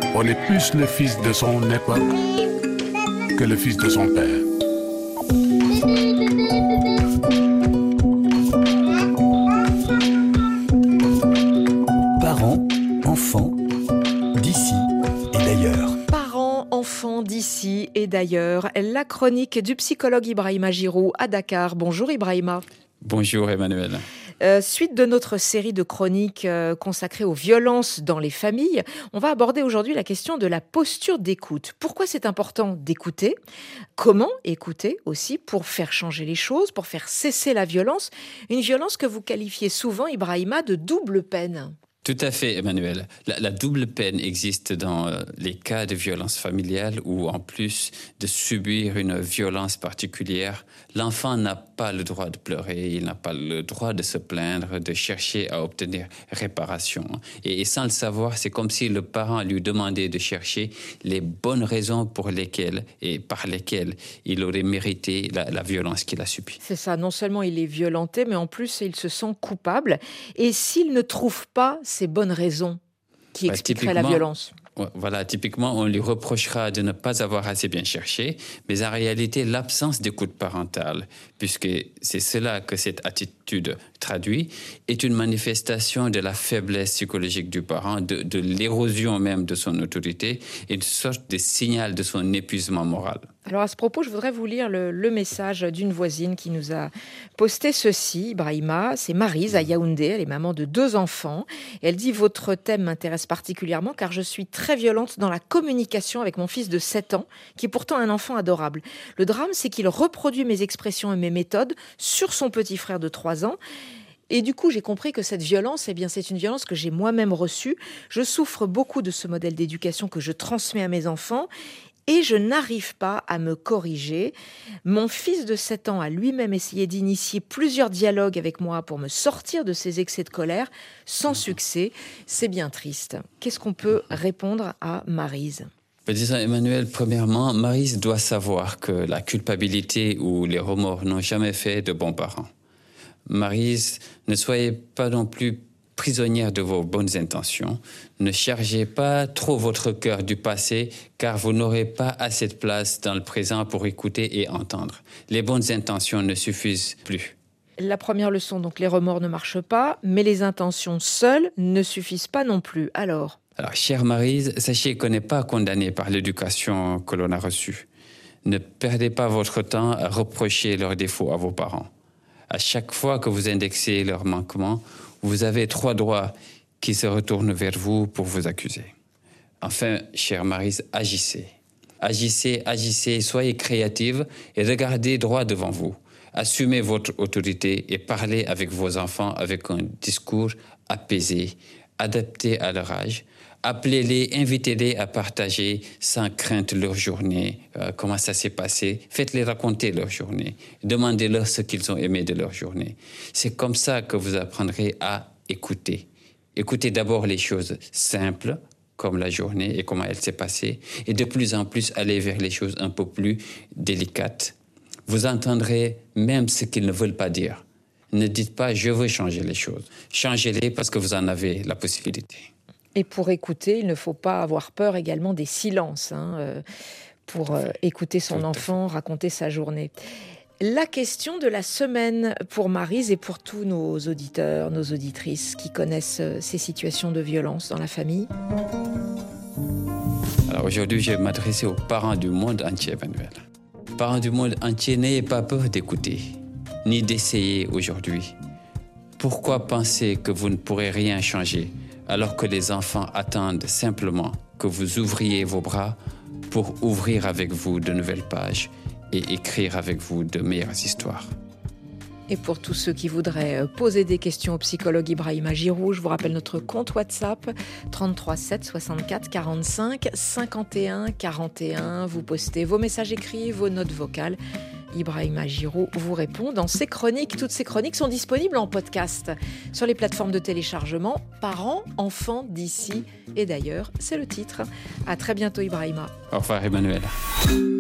On est plus le fils de son époque que le fils de son père. Parents, enfants, d'ici et d'ailleurs. Parents, enfants d'ici et d'ailleurs. La chronique du psychologue Ibrahima Giroux à Dakar. Bonjour Ibrahima. Bonjour Emmanuel. Suite de notre série de chroniques consacrées aux violences dans les familles, on va aborder aujourd'hui la question de la posture d'écoute. Pourquoi c'est important d'écouter ? Comment écouter aussi pour faire changer les choses, pour faire cesser la violence ? Une violence que vous qualifiez souvent, Ibrahima, de double peine. Tout à fait, Emmanuel. La double peine existe dans les cas de violence familiale où, en plus de subir une violence particulière, l'enfant n'a pas le droit de pleurer, il n'a pas le droit de se plaindre, de chercher à obtenir réparation. Et sans le savoir, c'est comme si le parent lui demandait de chercher les bonnes raisons pour lesquelles et par lesquelles il aurait mérité la violence qu'il a subie. C'est ça, non seulement il est violenté, mais en plus il se sent coupable. Et s'il ne trouve pas ces bonnes raisons qui expliqueraient la violence. Voilà, typiquement, on lui reprochera de ne pas avoir assez bien cherché, mais en réalité, l'absence d'écoute parentale, puisque c'est cela que cette attitude traduit, est une manifestation de la faiblesse psychologique du parent, de l'érosion même de son autorité, et une sorte de signal de son épuisement moral. Alors à ce propos, je voudrais vous lire le message d'une voisine qui nous a posté ceci, Ibrahima. C'est Maryse à Yaoundé, elle est maman de 2 enfants. Et elle dit « Votre thème m'intéresse particulièrement car je suis très violente dans la communication avec mon fils de 7 ans, qui est pourtant un enfant adorable. Le drame, c'est qu'il reproduit mes expressions et mes méthodes sur son petit frère de 3 ans. Et du coup, j'ai compris que cette violence, eh bien, c'est une violence que j'ai moi-même reçue. Je souffre beaucoup de ce modèle d'éducation que je transmets à mes enfants. Et je n'arrive pas à me corriger. Mon fils de 7 ans a lui-même essayé d'initier plusieurs dialogues avec moi pour me sortir de ces excès de colère, sans succès. C'est bien triste. Qu'est-ce qu'on peut répondre à Maryse ? Disons, Emmanuel, premièrement, Maryse doit savoir que la culpabilité ou les remords n'ont jamais fait de bons parents. Maryse, ne soyez pas non plus prisonnière de vos bonnes intentions. Ne chargez pas trop votre cœur du passé, car vous n'aurez pas assez de place dans le présent pour écouter et entendre. Les bonnes intentions ne suffisent plus. La première leçon, donc les remords ne marchent pas, mais les intentions seules ne suffisent pas non plus. Alors, chère Maryse, sachez qu'on n'est pas condamné par l'éducation que l'on a reçue. Ne perdez pas votre temps à reprocher leurs défauts à vos parents. À chaque fois que vous indexez leurs manquements, vous avez 3 droits qui se retournent vers vous pour vous accuser. Enfin, chère Maryse, agissez. Agissez, soyez créative et regardez droit devant vous. Assumez votre autorité et parlez avec vos enfants avec un discours apaisé, adapté à leur âge. Appelez-les, invitez-les à partager sans crainte leur journée, comment ça s'est passé. Faites-les raconter leur journée. Demandez-leur ce qu'ils ont aimé de leur journée. C'est comme ça que vous apprendrez à écouter. Écoutez d'abord les choses simples, comme la journée et comment elle s'est passée, et de plus en plus aller vers les choses un peu plus délicates. Vous entendrez même ce qu'ils ne veulent pas dire. Ne dites pas « je veux changer les choses ». Changez-les parce que vous en avez la possibilité. Et pour écouter, il ne faut pas avoir peur également des silences, pour écouter son enfant raconter sa journée. La question de la semaine pour Maryse et pour tous nos auditeurs, nos auditrices qui connaissent ces situations de violence dans la famille. Alors aujourd'hui, je vais m'adresser aux parents du monde entier, Emmanuel. Parents du monde entier, n'ayez pas peur d'écouter, ni d'essayer aujourd'hui. Pourquoi penser que vous ne pourrez rien changer alors que les enfants attendent simplement que vous ouvriez vos bras pour ouvrir avec vous de nouvelles pages et écrire avec vous de meilleures histoires. Et pour tous ceux qui voudraient poser des questions au psychologue Ibrahima Giroux, je vous rappelle notre compte WhatsApp 33 7 64 45 51 41. Vous postez vos messages écrits, vos notes vocales. Ibrahima Giroux vous répond dans ses chroniques. Toutes ces chroniques sont disponibles en podcast sur les plateformes de téléchargement. Parents, enfants d'ici et d'ailleurs, c'est le titre. À très bientôt Ibrahima. Au revoir Emmanuel.